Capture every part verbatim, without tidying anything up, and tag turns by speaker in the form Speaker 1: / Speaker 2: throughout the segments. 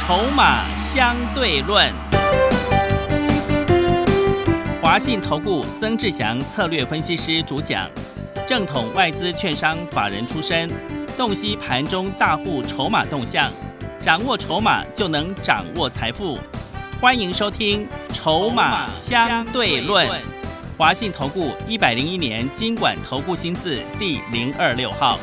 Speaker 1: 筹码相对论，华信投顾曾志祥策略分析师主讲，正统外资券商法人出身，洞悉盘中大户筹码动向，掌握筹码就能掌握财富。欢迎收听《筹码相对论》，华信投顾一百零一年金管投顾新字第零二六号。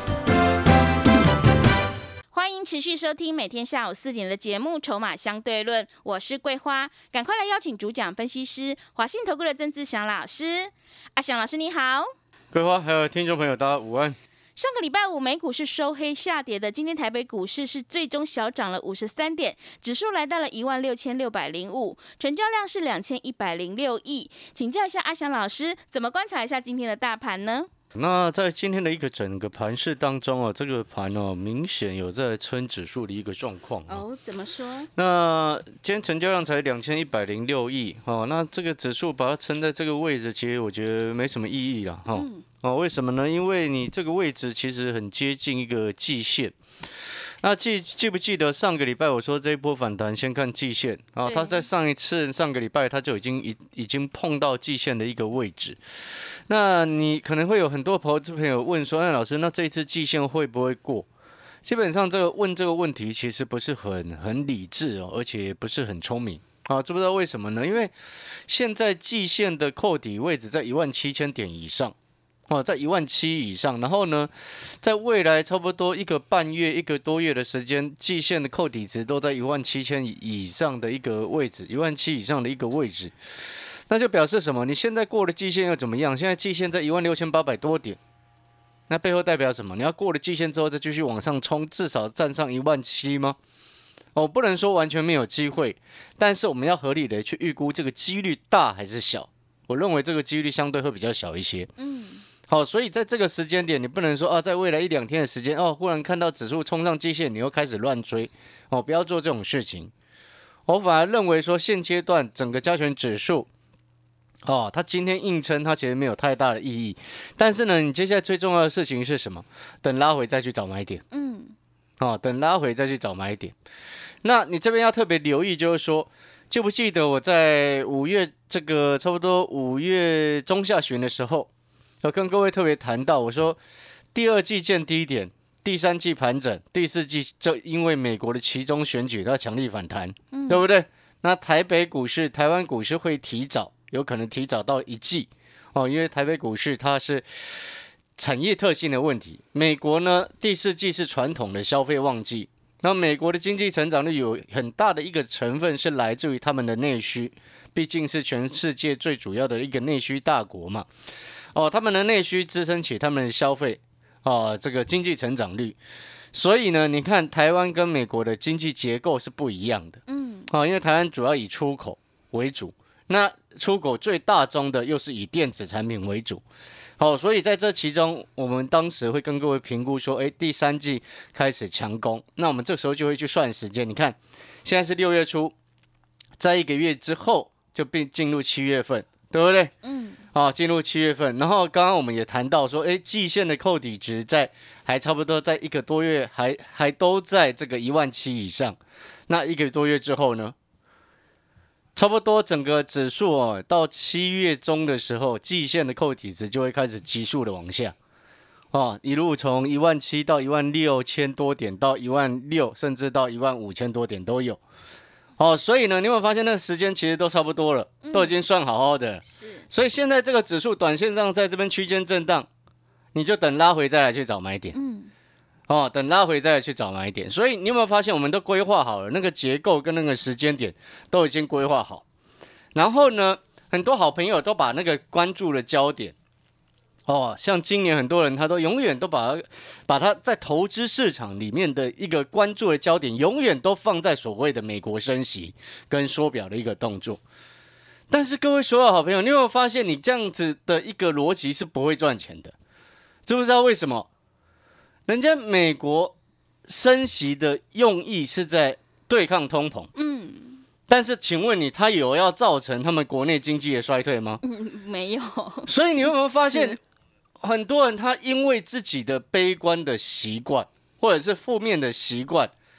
Speaker 2: 欢迎持续收听每天下午四点的节目《筹码相对论》，我是桂花，赶快来邀请主讲分析师华信投顾的曾志祥老师。阿祥老师你好。
Speaker 3: 桂花还有听众朋友大家午安。
Speaker 2: 上个礼拜五美股是收黑下跌的，今天台北股市是最终小涨了五十三点，指数来到了一万六千六百零五，成交量是两千一百零六亿。请教一下阿祥老师，怎么观察一下今天的大盘呢？
Speaker 3: 那在今天的一个整个盘势当中啊，这个盘哦明显有在撑指数的一个状况
Speaker 2: 哦。怎么说？
Speaker 3: 那今天成交量才两千一百零六亿哦，那这个指数把它撑在这个位置，其实我觉得没什么意义了哈。嗯哦，为什么呢？因为你这个位置其实很接近一个季线。那记记不记得上个礼拜我说这一波反弹先看季线啊？它在上一次上个礼拜它就已经已已经碰到季线的一个位置。那你可能会有很多投资朋友问说：“哎，老师，那这一次季线会不会过？”基本上这个问这个问题其实不是很很理智哦，而且不是很聪明啊。知不知道为什么呢？因为现在季线的扣底位置在一万七千点以上。哦，在一万七以上，然后呢，在未来差不多一个半月、一个多月的时间，季线的扣底值都在一万七千以上的一个位置，一万七以上的一个位置，那就表示什么？你现在过了季线又怎么样？现在季线在一万六千八百多点，那背后代表什么？你要过了季线之后再继续往上冲，至少站上一万七吗？哦，不能说完全没有机会，但是我们要合理的去预估这个几率大还是小。我认为这个几率相对会比较小一些。嗯。好，所以在这个时间点，你不能说啊，在未来一两天的时间，哦，忽然看到指数冲上季线，你又开始乱追，哦，不要做这种事情。我反而认为说，现阶段整个加权指数，哦，它今天硬撑，它其实没有太大的意义。但是呢，你接下来最重要的事情是什么？等拉回再去找买点。嗯。哦，等拉回再去找买点。那你这边要特别留意，就是说，记不记得我在五月这个差不多五月中下旬的时候？我跟各位特别谈到，我说第二季见低点，第三季盘整，第四季就因为美国的期中选举它强力反弹，嗯、对不对？那台北股市、台湾股市会提早，有可能提早到一季哦，因为台北股市它是产业特性的问题。美国呢，第四季是传统的消费旺季，那美国的经济成长率有很大的一个成分是来自于他们的内需，毕竟是全世界最主要的一个内需大国嘛。哦，他们的内需支撑起他们的消费，哦，这个经济成长率，所以呢，你看台湾跟美国的经济结构是不一样的，嗯，哦，因为台湾主要以出口为主，那出口最大宗的又是以电子产品为主，好，所以在这其中，我们当时会跟各位评估说，哎，第三季开始强攻，那我们这时候就会去算时间，你看，现在是六月初，在一个月之后就并进入七月份，对不对？嗯。啊，进入七月份，然后刚刚我们也谈到说，哎，季线的扣底值在还差不多在一个多月还还都在这个一万七以上，那一个多月之后呢，差不多整个指数哦，到七月中的时候，季线的扣底值就会开始急速的往下，哦，一路从一万七到一万六千多点，到一万六，甚至到一万五千多点都有。哦，所以呢，你有没有发现那个时间其实都差不多了，嗯、都已经算好好的了。是，所以现在这个指数短线上在这边区间震荡，你就等拉回再来去找买点。嗯，哦，等拉回再来去找买点。所以你有没有发现，我们都规划好了那个结构跟那个时间点都已经规划好。然后呢，很多好朋友都把那个关注的焦点。哦，像今年很多人他都永远都把他把他在投资市场里面的一个关注的焦点，永远都放在所谓的美国升息跟缩表的一个动作。但是各位所有好朋友，你有没有发现，你这样子的一个逻辑是不会赚钱的？知不知道为什么？人家美国升息的用意是在对抗通膨，嗯。但是，请问你，它有要造成他们国内经济的衰退吗？
Speaker 2: 嗯，没有。
Speaker 3: 所以你有没有发现？很多人他因为自己的悲观的习惯，或者是负面的习惯，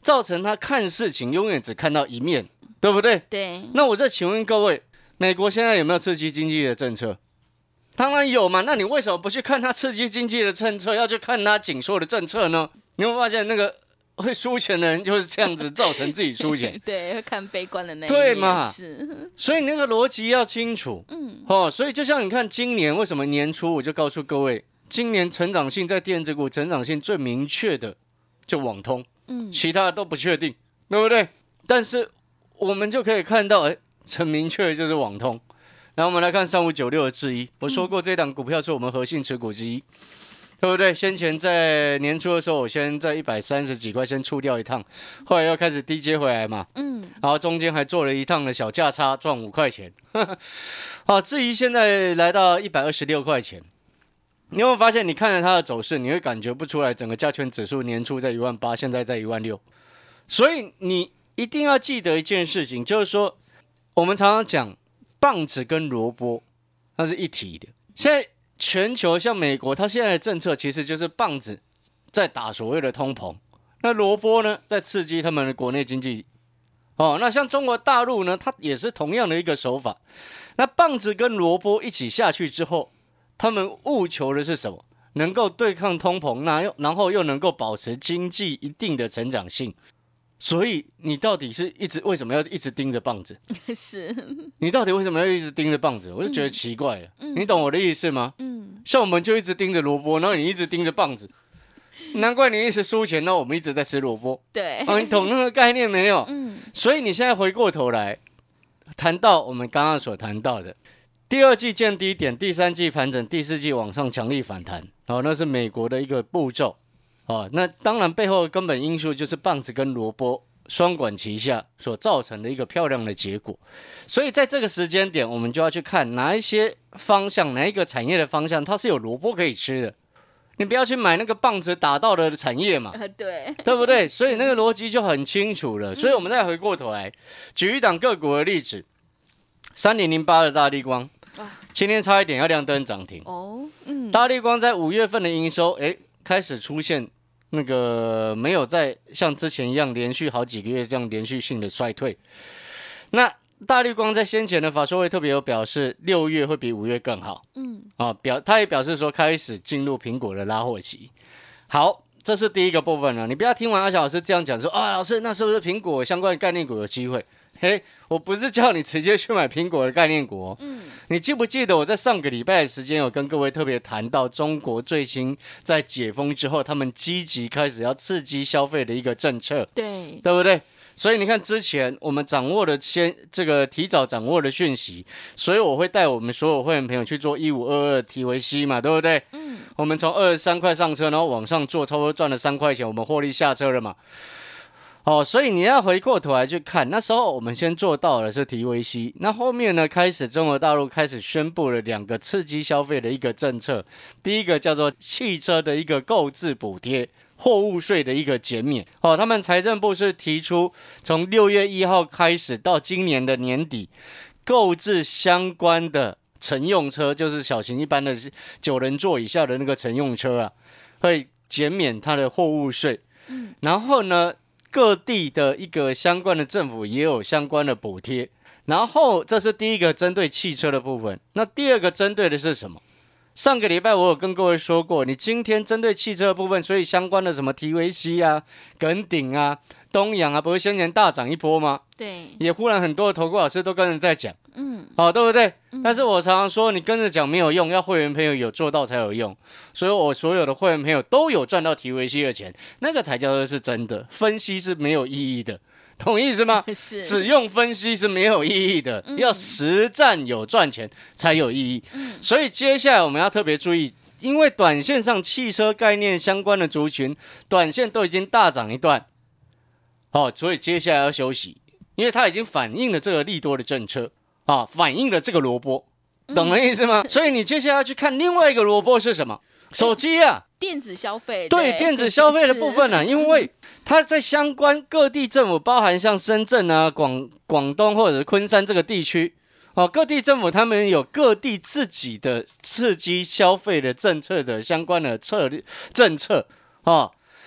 Speaker 3: 造成他看事情永远只看到一面，对不对？
Speaker 2: 对。
Speaker 3: 那我再请问各位，美国现在有没有刺激经济的政策？当然有嘛，那你为什么不去看他刺激经济的政策，要去看他紧缩的政策呢？你会发现那个会输钱的人就是这样子造成自己输钱。
Speaker 2: 对，会看悲观的那一面。
Speaker 3: 对嘛？
Speaker 2: 是。
Speaker 3: 所以那个逻辑要清楚。嗯。哦，所以就像你看，今年为什么年初我就告诉各位，今年成长性在电子股成长性最明确的就网通，嗯，其他的都不确定，对不对？但是我们就可以看到，哎，很明确的就是网通。然后我们来看三五九六的智一，我说过这档股票是我们核心持股之一。对不对？先前在年初的时候，我先在一百三十几块先出掉一趟，后来又开始低接回来嘛，嗯，然后中间还做了一趟的小价差，赚五块钱。好，至于现在来到一百二十六块钱，你有没有发现？你看着它的走势，你会感觉不出来，整个加权指数年初在一万八，现在在一万六，所以你一定要记得一件事情，就是说，我们常常讲棒子跟萝卜，它是一体的。现在全球像美国，它现在的政策其实就是棒子在打所谓的通膨，那萝卜呢在刺激他们的国内经济。哦，那像中国大陆呢，它也是同样的一个手法。那棒子跟萝卜一起下去之后，他们务求的是什么？能够对抗通膨，那又然后又能够保持经济一定的成长性。所以你到底是一直为什么要一直盯着棒子？
Speaker 2: 是，
Speaker 3: 你到底为什么要一直盯着棒子？我就觉得奇怪了。嗯、你懂我的意思吗？嗯，像我们就一直盯着萝卜，然后你一直盯着棒子，难怪你一直输钱，然后我们一直在吃萝卜。
Speaker 2: 对，
Speaker 3: 啊，你懂那个概念没有？嗯，所以你现在回过头来谈到我们刚刚所谈到的，第二季见低点，第三季盘整，第四季往上强力反弹，哦，那是美国的一个步骤。哦，那当然背后的根本因素就是棒子跟萝卜双管齐下所造成的一个漂亮的结果。所以在这个时间点，我们就要去看哪一些方向，哪一个产业的方向它是有萝卜可以吃的。你不要去买那个棒子打到的产业嘛，
Speaker 2: 呃、对，
Speaker 3: 对不对？所以那个逻辑就很清楚了。所以我们再回过头来举一档个股的例子，三零零八的大立光，今天差一点要亮灯涨停。哦，嗯，大立光在五月份的营收，哎，开始出现那个没有再像之前一样连续好几个月这样连续性的衰退。那大立光在先前的法说会特别有表示，六月会比五月更好。嗯，啊，表他也表示说开始进入苹果的拉货期。好，这是第一个部分了。你不要听完阿小老师这样讲说啊，老师那是不是苹果相关的概念股有机会？嘿，我不是叫你直接去买苹果的概念股哦。嗯，你记不记得我在上个礼拜的时间有跟各位特别谈到中国最新在解封之后，他们积极开始要刺激消费的一个政策，
Speaker 2: 对，
Speaker 3: 对不对？所以你看之前我们掌握的先这个提早掌握的讯息，所以我会带我们所有会员朋友去做一五二二 T V C 嘛，对不对？嗯，我们从二十三块上车，然后往上做，差不多赚了三块钱，我们获利下车了嘛。哦，所以你要回过头来去看，那时候我们先做到的是 T V C， 那后面呢，开始中国大陆开始宣布了两个刺激消费的一个政策，第一个叫做汽车的一个购置补贴，货物税的一个减免。哦，他们财政部是提出从六月一号开始到今年的年底，购置相关的乘用车，就是小型一般的九人座以下的那个乘用车啊，会减免它的货物税。嗯，然后呢，各地的一个相关的政府也有相关的补贴，然后这是第一个针对汽车的部分。那第二个针对的是什么？上个礼拜我有跟各位说过，你今天针对汽车的部分，所以相关的什么 T V C 啊、耿鼎啊、东阳啊，不是先前大涨一波吗？
Speaker 2: 对，
Speaker 3: 也忽然很多的投顾老师都跟着在讲，嗯，好、哦，对不对？嗯、但是我常常说，你跟着讲没有用，要会员朋友有做到才有用。所以我所有的会员朋友都有赚到 T V C 的钱，那个才叫做是真的。分析是没有意义的。懂意思吗？
Speaker 2: 是，
Speaker 3: 只用分析是没有意义的，嗯、要实战有赚钱才有意义。嗯、所以接下来我们要特别注意，因为短线上汽车概念相关的族群，短线都已经大涨一段，哦，所以接下来要休息，因为它已经反映了这个利多的政策啊，反映了这个萝卜，懂了意思吗？嗯、所以你接下来要去看另外一个萝卜是什么？手机啊，
Speaker 2: 电子消费，
Speaker 3: 对, 对电子消费的部分啊，因为它在相关各地政府，包含像深圳啊、广广东或者是昆山这个地区，哦，各地政府他们有各地自己的刺激消费的政策的相关的策略政策，哦，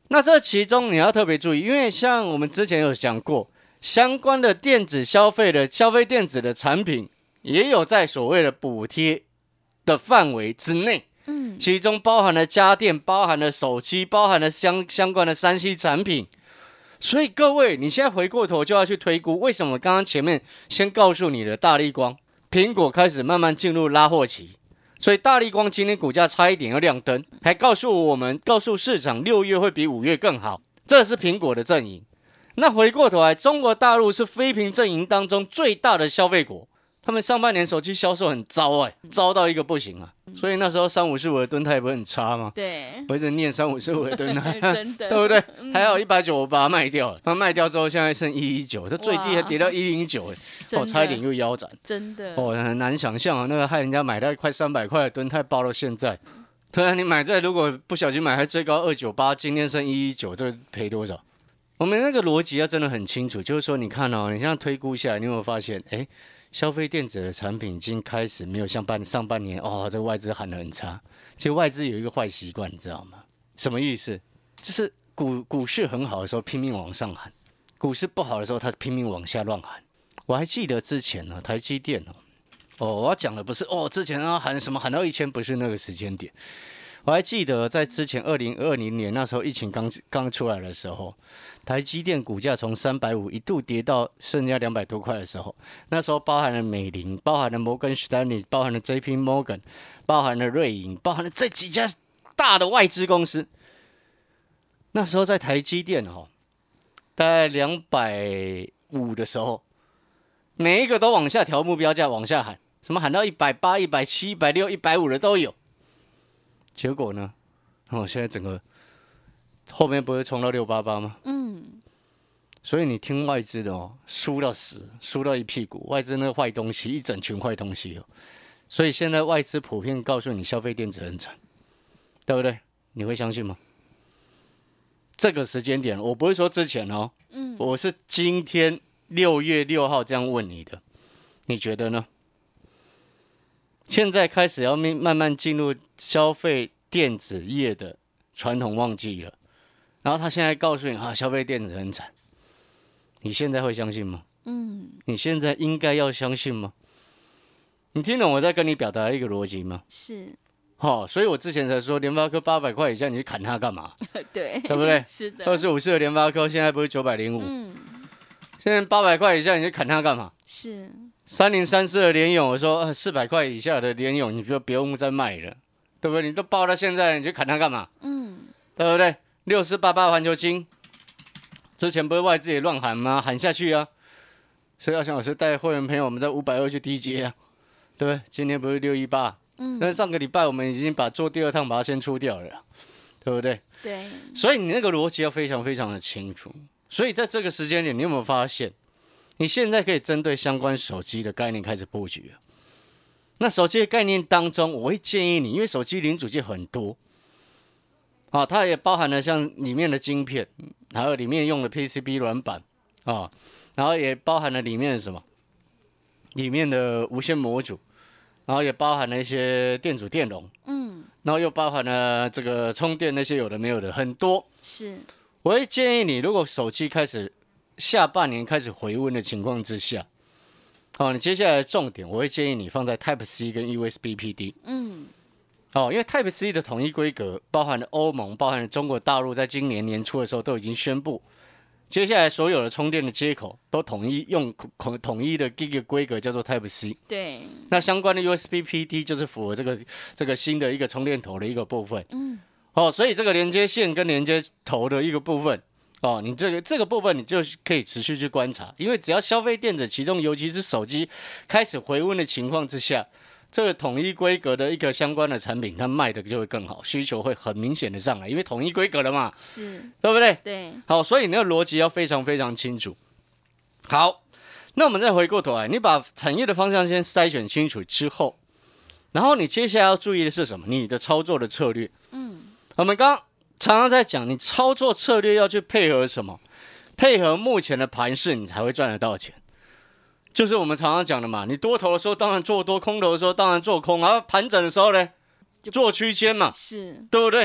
Speaker 3: 那这其中你要特别注意，因为像我们之前有讲过，相关的电子消费的消费电子的产品，也有在所谓的补贴的范围之内。嗯，其中包含了家电，包含了手机，包含了相相关的 三 C 产品。所以各位，你现在回过头就要去推估，为什么刚刚前面先告诉你的大立光、苹果开始慢慢进入拉货期，所以大立光今天股价差一点要亮灯，还告诉我们、告诉市场六月会比五月更好，这是苹果的阵营。那回过头来，中国大陆是非屏阵营当中最大的消费国，他们上半年手机销售很糟哎、欸，糟到一个不行啊。所以那时候三五四五的吨泰不是很差吗？
Speaker 2: 对，
Speaker 3: 我一直念三五四五的吨泰，
Speaker 2: 真的，
Speaker 3: 对不对？嗯、还好一百九我把它卖掉了，它卖掉之后现在剩一一九，它最低还跌到一零九，哦，差一点又腰斩，
Speaker 2: 真的，
Speaker 3: 哦，很难想象啊，那个害人家买到快三百块的吨泰包到现在。对啊，你买在如果不小心买，还最高二九八，今天剩一一九，这赔多少？我们那个逻辑要真的很清楚，就是说，你看哦，你现在推估下来，你有没有发现，哎？消费电子的产品已经开始没有像半上半年哦，这个外资喊得很差。其实外资有一个坏习惯，你知道吗？什么意思？就是股股市很好的时候拼命往上喊，股市不好的时候他拼命往下乱喊。我还记得之前呢，台积电哦，哦，我要讲的不是哦，之前要喊什么喊到一千，不是那个时间点。我还记得在之前二零二零年那时候疫情刚刚出来的时候，台积电股价从三百五一度跌到剩下两百多块的时候，那时候包含了美林，包含了摩根士丹利，包含了 J P Morgan， 包含了瑞银，包含了这几家大的外资公司。那时候在台积电哦，大概两百五的时候，每一个都往下调目标价，往下喊，什么喊到一百八、一百七、一百六、一百五的都有。结果呢？哦，现在整个后面不是冲到六八八吗？嗯。所以你听外资的哦，输到死，输到一屁股，外资那个坏东西，一整群坏东西哦。所以现在外资普遍告诉你，消费电子很惨，对不对？你会相信吗？这个时间点，我不是说之前哦，嗯，我是今天六月六号这样问你的，你觉得呢？现在开始要慢慢进入消费电子业的传统旺季了，然后他现在告诉你啊，消费电子很惨，你现在会相信吗？嗯，你现在应该要相信吗？你听懂我在跟你表达一个逻辑吗？
Speaker 2: 是，
Speaker 3: 哦，所以我之前才说联发科八百块以下，你去砍它干嘛？
Speaker 2: 对，
Speaker 3: 对不对？
Speaker 2: 是的，
Speaker 3: 二十五四的联发科现在不是九百零五，嗯，现在八百块以下，你去砍它干嘛？
Speaker 2: 是。
Speaker 3: 三零三四的联咏，我说四百块以下的联咏，你就不用再卖了，对不对？你都报到现在了，你去砍它干嘛？嗯，对不对？六四八八环球金，之前不是外资也乱喊吗？喊下去啊！所以阿翔老师带会员朋友，我们在五百二去低接啊，对不对？今天不是六一八，嗯，但上个礼拜我们已经把做第二趟把它先出掉了，对不对？
Speaker 2: 对。
Speaker 3: 所以你那个逻辑要非常非常的清楚。所以在这个时间点，你有没有发现？你现在可以针对相关手机的概念开始布局了。那手机的概念当中，我会建议你，因为手机零组件很多，啊，它也包含了像里面的晶片，还有里面用的 P C B 软板啊，然后也包含了里面的什么，里面的无线模组，然后也包含了一些电阻电容，嗯，然后又包含了这个充电那些有的没有的很多。
Speaker 2: 是，
Speaker 3: 我会建议你，如果手机开始下半年开始回温的情况之下，好，你接下来的重点，我会建议你放在 Type C 跟 U S B P D。嗯，哦，因为 Type C 的统一规格，包含了欧盟，包含了中国大陆，在今年年初的时候都已经宣布，接下来所有的充电的接口都统一用统一的一个规格，叫做 Type C。
Speaker 2: 对。
Speaker 3: 那相关的 U S B P D 就是符合这个这个新的一个充电头的一个部分。嗯。哦，所以这个连接线跟连接头的一个部分。哦，你这个这个部分你就可以持续去观察，因为只要消费电子，其中尤其是手机开始回温的情况之下，这个统一规格的一个相关的产品，它卖的就会更好，需求会很明显的上来，因为统一规格了嘛，
Speaker 2: 是，
Speaker 3: 对不对？
Speaker 2: 对。
Speaker 3: 好，所以你的逻辑要非常非常清楚。好，那我们再回过头来，你把产业的方向先筛选清楚之后，然后你接下来要注意的是什么？你的操作的策略。嗯，我们刚刚常常在讲，你操作策略要去配合什么？配合目前的盘势，你才会赚得到钱。就是我们常常讲的嘛，你多头的时候当然做多，空头的时候当然做空，然后盘整的时候呢，做区间嘛，
Speaker 2: 是，
Speaker 3: 对不对？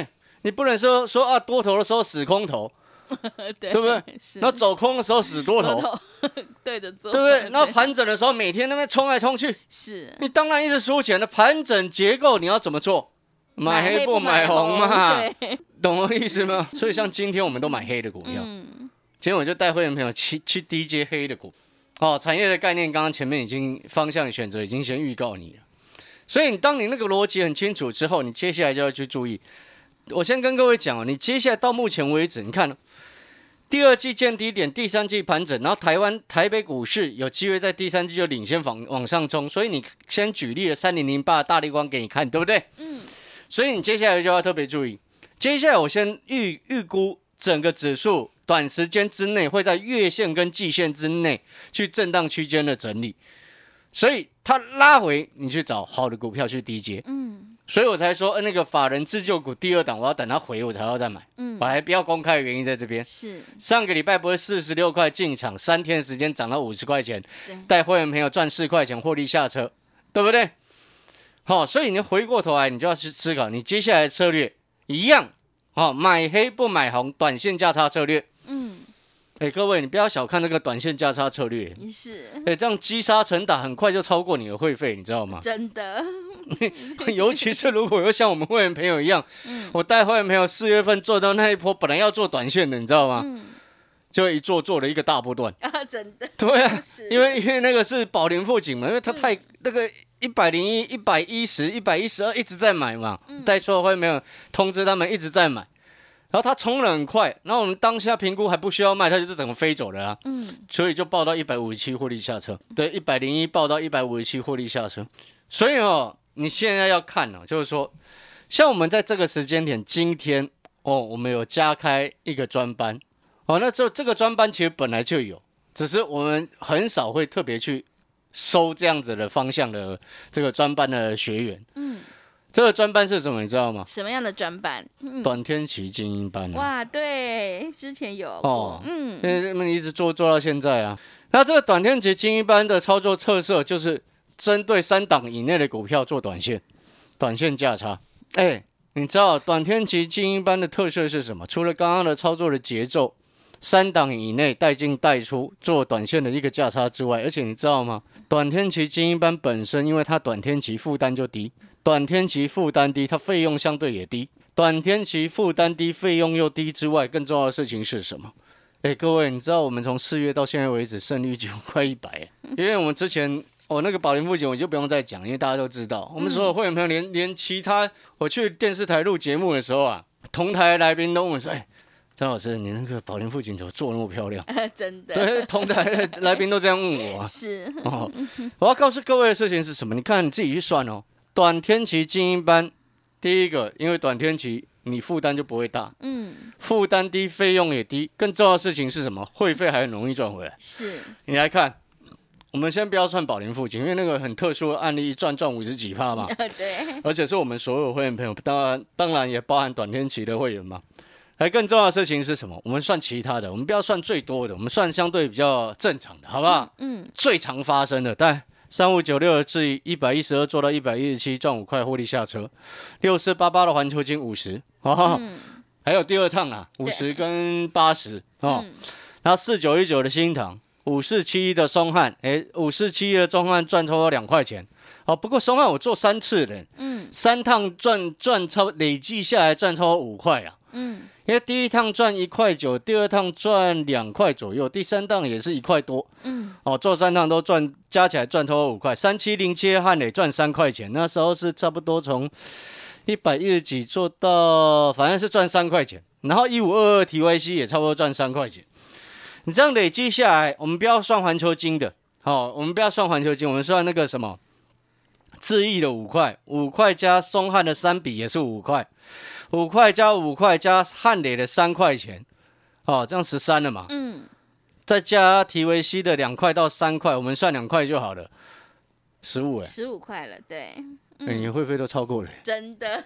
Speaker 3: 你不能说说啊多头的时候死空头，
Speaker 2: 对，
Speaker 3: 对不对？那走空的时候死多头，
Speaker 2: 头对的做，
Speaker 3: 对不对？那盘整的时候每天那边冲来冲去，
Speaker 2: 是
Speaker 3: 你当然一直输钱的。盘整结构你要怎么做？买黑不买红嘛，懂我意思吗？所以像今天我们都买黑的股票，
Speaker 2: 嗯、
Speaker 3: 今天我就带会员朋友去去低阶黑的股。哦，产业的概念刚刚前面已经方向选择已经先预告你了，所以你当你那个逻辑很清楚之后，你接下来就要去注意。我先跟各位讲哦，你接下来到目前为止，你看第二季见低点，第三季盘整，然后台湾台北股市有机会在第三季就领先往往上冲，所以你先举例了三零零八的大立光给你看，对不对？嗯。所以你接下来就要特别注意。接下来我先预预估整个指数短时间之内会在月线跟季线之内去震荡区间的整理，所以它拉回，你去找好的股票去低接。嗯。所以我才说，呃，那个法人自救股第二档，我要等它回，我才要再买。嗯，我还不要公开的原因在这边。是上个礼拜不是四十六块进场，三天的时间涨到五十块钱，带会员朋友赚四块钱获利下车，对不对？好、哦，所以你回过头来，你就要去思考，你接下来的策略一样，好、哦，买黑不买红，短线价差策略。嗯。哎，各位，你不要小看那个短线价差策略，是，哎，这样积沙成塔，很快就超过你的会费，你知道吗？
Speaker 2: 真的，
Speaker 3: 尤其是如果又像我们会员朋友一样，嗯、我带会员朋友四月份做到那一波，本来要做短线的，你知道吗？嗯、就一做做了一个大波段
Speaker 2: 啊，真的，
Speaker 3: 对啊，因为因为那个是宝林富锦嘛，因为他太、嗯、那个一百零一、一百一十、一百一十二一直在买嘛，嗯、带错会员朋友通知他们一直在买。然后它冲得很快，然后我们当下评估还不需要卖，它就是整个飞走了啊。嗯，所以就报到一百五十七获利下车，对，一百零一报到一百五十七获利下车。所以哦，你现在要看哦，就是说，像我们在这个时间点，今天哦，我们有加开一个专班哦，那这这个专班其实本来就有，只是我们很少会特别去收这样子的方向的这个专班的学员。嗯。这个专班是什么？你知道吗？
Speaker 2: 什么样的专班？
Speaker 3: 嗯、短天期精英班、啊。
Speaker 2: 哇，对，之前有哦，嗯，
Speaker 3: 因为一直做做到现在啊。那这个短天期精英班的操作特色就是针对三档以内的股票做短线，短线价差。哎，你知道短天期精英班的特色是什么？除了刚刚的操作的节奏，三档以内带进带出做短线的一个价差之外，而且你知道吗？短天期精英班本身，因为它短天期负担就低。短天期负担低，它费用相对也低。短天期负担低，费用又低之外，更重要的事情是什么？哎，各位，你知道我们从四月到现在为止，胜率就快一百，因为我们之前我、哦、那个宝林富锦我就不用再讲，因为大家都知道，我们所有会员朋友连连其他我去电视台录节目的时候啊，同台来宾都问我说：“哎，张老师，你那个宝林富锦怎么做那么漂亮？”
Speaker 2: 真的，
Speaker 3: 对，同台的来宾都这样问我、啊。
Speaker 2: 是
Speaker 3: 哦，我要告诉各位的事情是什么？你看你自己去算哦。短天期精英班，第一个，因为短天期你负担就不会大，嗯，负担低，费用也低，更重要的事情是什么？会费还很容易赚回来。
Speaker 2: 是，
Speaker 3: 你来看，我们先不要算宝林富锦，因为那个很特殊的案例，一赚赚五十几趴嘛，
Speaker 2: 对，
Speaker 3: 而且是我们所有会员朋友，当然当然也包含短天期的会员嘛。还更重要的事情是什么？我们算其他的，我们不要算最多的，我们算相对比较正常的，好不好？嗯，嗯最常发生的，但。三五九六的智易一百一十二做到一百一十七赚五块获利下车，六四八八的环球金五十哦，嗯、还有第二趟啊五十跟八十哦，嗯、然后四九一九的新唐，五四七一的松汉，哎五四七一的中汉赚超过两块钱，哦不过松汉我做三次了，嗯，三趟赚赚超累计下来赚超过五块啊，嗯。因为第一趟赚一块九，第二趟赚两块左右，第三趟也是一块多。嗯，哦，做三趟都赚，加起来赚超过五块。三七零七汉磊赚三块钱，那时候是差不多从一百一十几做到，反正是赚三块钱。然后一五二二 T Y C 也差不多赚三块钱。你这样累积下来，我们不要算环球金的，好、哦，我们不要算环球金，我们算那个什么智易的五块，五块加松汉的三笔也是五块。五块加五块加汉磊的三块钱，哦，这样十三了嘛？嗯，再加提维西的两块到三块，我们算两块就好了，十五哎，
Speaker 2: 十五块了，对，
Speaker 3: 嗯欸、你会费都超过了，
Speaker 2: 真的，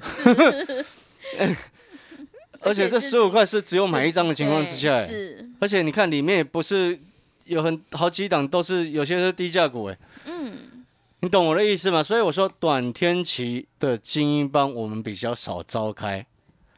Speaker 3: 而且这十五块是只有买一张的情况之下，是，而且你看里面也不是有很好几档都是有些是低价股哎，嗯。你懂我的意思吗？所以我说短天期的精英班我们比较少召开，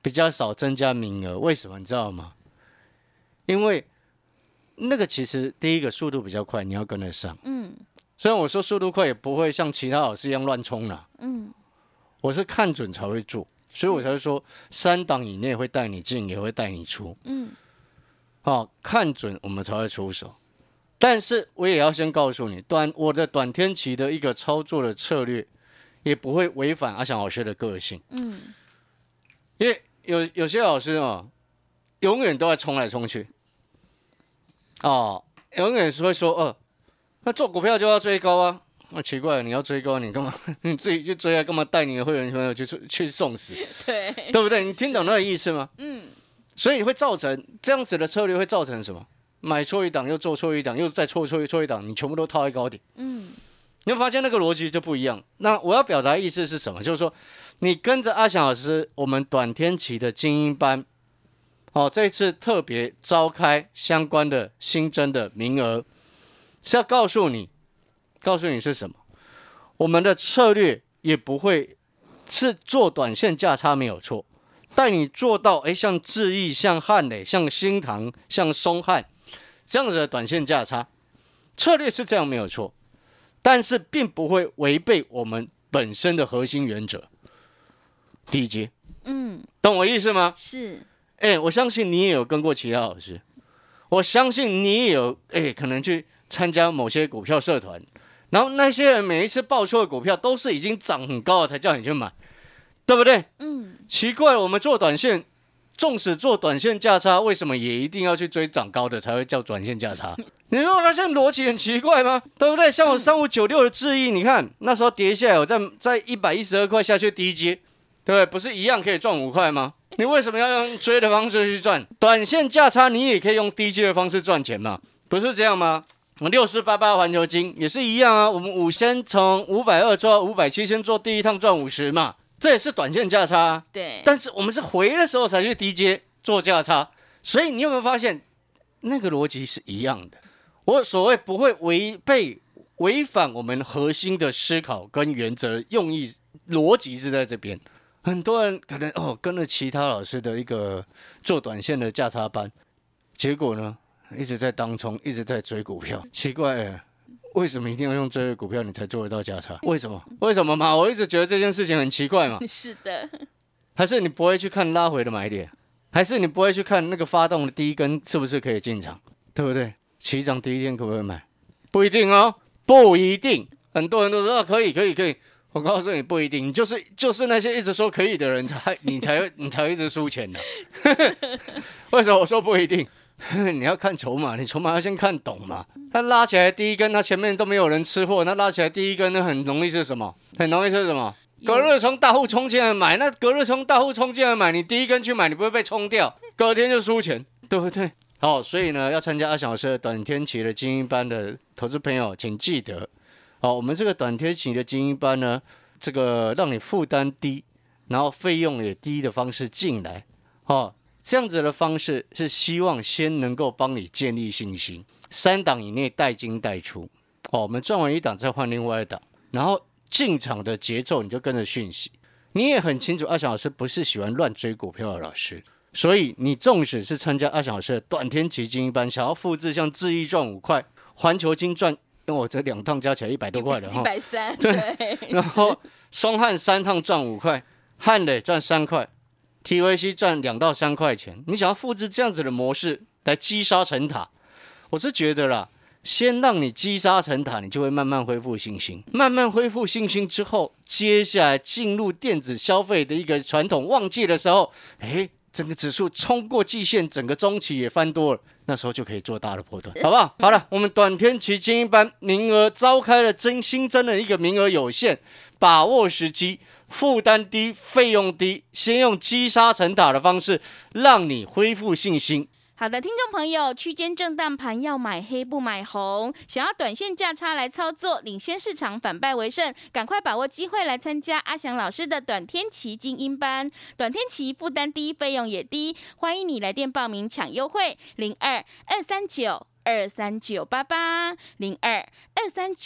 Speaker 3: 比较少增加名额，为什么你知道吗？因为那个其实第一个速度比较快，你要跟得上。嗯，虽然我说速度快，也不会像其他老师一样乱冲啦。嗯，我是看准才会做，所以我才会说三档以内会带你进，也会带你出。嗯，好、哦，看准我们才会出手。但是我也要先告诉你，短我的短天期的一个操作的策略，也不会违反阿翔老师的个性。嗯，因为有有些老师啊，永远都在冲来冲去。哦，永远是会说，哦、呃，那做股票就要追高啊。那、啊、奇怪了，你要追高，你干嘛？你自己去追啊？干嘛带你的会员朋友去去送死？
Speaker 2: 对，
Speaker 3: 对不对？你听懂那个意思吗？嗯。所以会造成这样子的策略，会造成什么？买错一档，又做错一档，又再错错错一档，你全部都套在高点。嗯。你会发现那个逻辑就不一样。那我要表达的意思是什么？就是说，你跟着阿翔老师，我们短天期的精英班，哦，这次特别召开相关的新增的名额，是要告诉你。告诉你是什么？我们的策略也不会是做短线价差没有错，带你做到哎，像智毅、像汉磊、像新唐、像松汉这样子的短线价差，策略是这样没有错，但是并不会违背我们本身的核心原则。低阶，嗯，懂我意思吗？
Speaker 2: 是，
Speaker 3: 哎，我相信你也有跟过其他老师，我相信你也有哎，可能去参加某些股票社团。然后那些人每一次报错的股票都是已经涨很高了才叫你去买，对不对？嗯。奇怪，我们做短线，纵使做短线价差，为什么也一定要去追涨高的才会叫短线价差？你没有发现逻辑很奇怪吗？对不对？像我三五九六的智毅，你看那时候跌下来，我在在一百一十二块下去低接，对不对？不是一样可以赚五块吗？你为什么要用追的方式去赚？短线价差你也可以用低接的方式赚钱嘛，不是这样吗？六四八八环球金也是一样啊，我们五先从五百二做到五百七，先做第一趟赚五十嘛，这也是短线价差、啊。
Speaker 2: 对，
Speaker 3: 但是我们是回的时候才去低接做价差，所以你有没有发现那个逻辑是一样的？我所谓不会违背、违反我们核心的思考跟原则用意逻辑是在这边。很多人可能哦跟了其他老师的一个做短线的价差班，结果呢？一直在当冲，一直在追股票，奇怪了，为什么一定要用追的股票你才做得到价差？为什么？为什么嘛？我一直觉得这件事情很奇怪嘛。
Speaker 2: 是的，
Speaker 3: 还是你不会去看拉回的买点，还是你不会去看那个发动的第一根是不是可以进场，对不对？起涨第一天可不可以买？不一定哦，不一定。很多人都说、啊、可以，可以，可以。我告诉你，不一定，你就是就是那些一直说可以的人才，你才会你才会一直输钱的。为什么我说不一定？你要看筹码，你筹码要先看懂嘛。它拉起来第一根，它前面都没有人吃货，那拉起来第一根，那很容易是什么？很容易是什么？隔日冲大户冲进来买，那隔日冲大户冲进来买，你第一根去买，你不会被冲掉，隔天就输钱，对不对？好，所以呢，要参加阿翔老师的短天期的精英班的投资朋友，请记得，好，我们这个短天期的精英班呢，这个让你负担低，然后费用也低的方式进来，好。这样子的方式是希望先能够帮你建立信心，三档以内带进带出，哦，我们赚完一档再换另外一档，然后进场的节奏你就跟着讯息。你也很清楚，阿翔老师不是喜欢乱追股票的老师，所以你纵使是参加阿翔老师的短天期精英班，想要复制像智毅赚五块，环球金赚，因为我这两趟加起来一百多块了哈，
Speaker 2: 一百三，
Speaker 3: 对，然后松汉三趟赚五块，汉磊赚三块。T V C 赚两到三块钱，你想要复制这样子的模式来积沙成塔，我是觉得啦，先让你积沙成塔，你就会慢慢恢复信心。慢慢恢复信心之后，接下来进入电子消费的一个传统旺季的时候，哎，整个指数冲过季线，整个中期也翻多了，那时候就可以做大的波段，好不好？好了，我们短天期精英班名额召开了增新增的一个名额有限，把握时机。负担低，费用低，先用积沙成塔的方式，让你恢复信心。
Speaker 2: 好的，听众朋友，区间震荡盘要买黑不买红，想要短线价差来操作，领先市场，反败为胜，赶快把握机会来参加阿翔老师的短天期精英班。短天期负担低，费用也低，欢迎你来电报名抢优惠，零二二三九二三九八八零二二三九。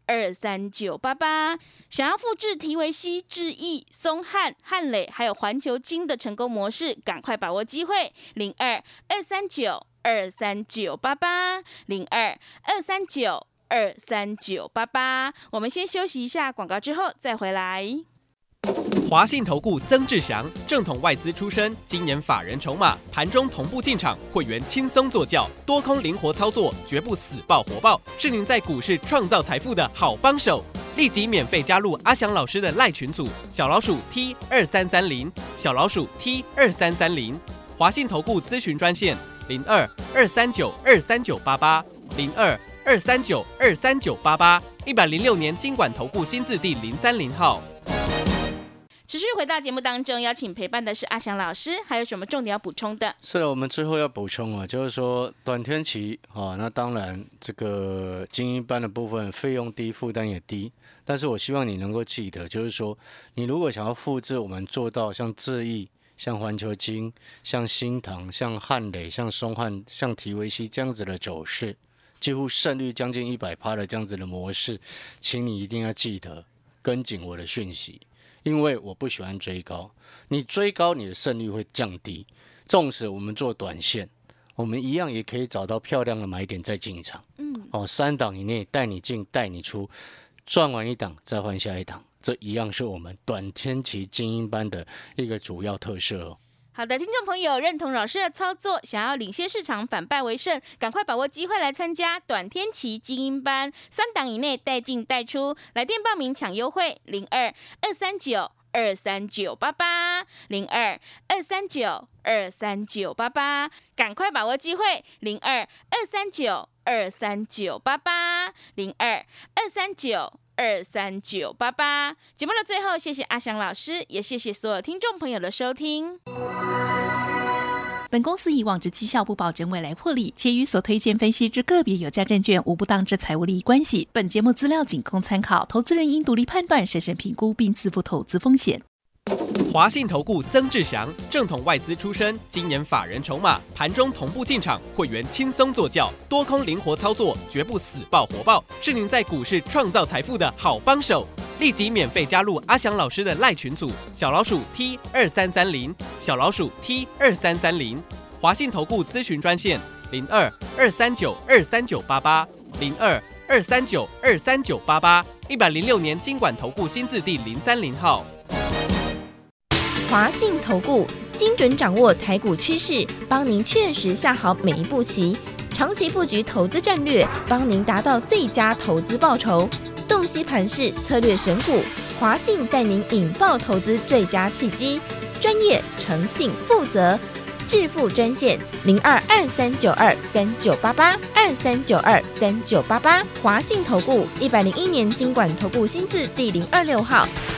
Speaker 2: 二三九八八。想要复制提维西、智毅、松汉、汉磊还有环球金的成功模式，赶快把握机会，零二二三九二三九八八，零二二三九二三九八八。我们先休息一下广告，之后再回来。
Speaker 4: 华信投顾曾志祥，正统外资出身，今年法人筹码，盘中同步进场，会员轻松做教，多空灵活操作，绝不死抱活抱，是您在股市创造财富的好帮手。立即免费加入阿翔老师的赖群组，小老鼠 T 二三三零，小老鼠 T 二三三零。华信投顾咨询专线零二二三九二三九八八零二二三九二三九八八，一百零六年金管投顾新字第零三零号。
Speaker 2: 持续回到节目当中，邀请陪伴的是阿翔老师，还有什么重点要补充的？
Speaker 3: 是的，我们最后要补充啊，就是说短天期啊，那当然这个精英班的部分费用低，负担也低，但是我希望你能够记得，就是说你如果想要复制我们做到像智毅、像环球金、像新唐、像汉磊、像松汉、像提维西这样子的走势，几乎胜率将近 百分之百 的这样子的模式，请你一定要记得跟紧我的讯息。因为我不喜欢追高，你追高你的胜率会降低。纵使我们做短线，我们一样也可以找到漂亮的买点再进场。嗯，哦，三档以内带你进带你出，赚完一档再换下一档，这一样是我们短天期精英班的一个主要特色哦。
Speaker 2: 好的，听众朋友，认同老师的操作，想要领先市场，反败为胜，赶快把握机会来参加短天期精英班，三档以内带进带出，来电报名抢优惠，零二二三九二三九八八，零二二三九二三九八八，赶快把握机会，零二二三九二三九八八，零二二三九二三九八八。节目的最后，谢谢阿翔老师，也谢谢所有听众朋友的收听。
Speaker 5: 本公司以往之绩效不保证未来获利，且与所推荐分析之个别有价证券无不当之财务利益关系。本节目资料仅供参考，投资人应独立判断、审慎评估并自负投资风险。
Speaker 4: 华信投顾曾志祥，正统外资出身，今年法人筹码，盘中同步进场，会员轻松做教，多空灵活操作，绝不死抱活抱，是您在股市创造财富的好帮手。立即免费加入阿翔老师的赖群组，小老鼠 T 二三三零，小老鼠 T 二三三零。华信投顾咨询专线零二二三九二三九八八零二二三九二三九八八，一百零六年金管投顾新字第零三零号。
Speaker 6: 华信投顾精准掌握台股趋势，帮您确实下好每一步棋，长期布局投资战略，帮您达到最佳投资报酬。洞悉盘势策略选股，华信带您引爆投资最佳契机，专业、诚信、负责，致富专线零二二三九二三九八八二三九二三九八八，华信投顾一百零一年金管投顾新字第零二六号。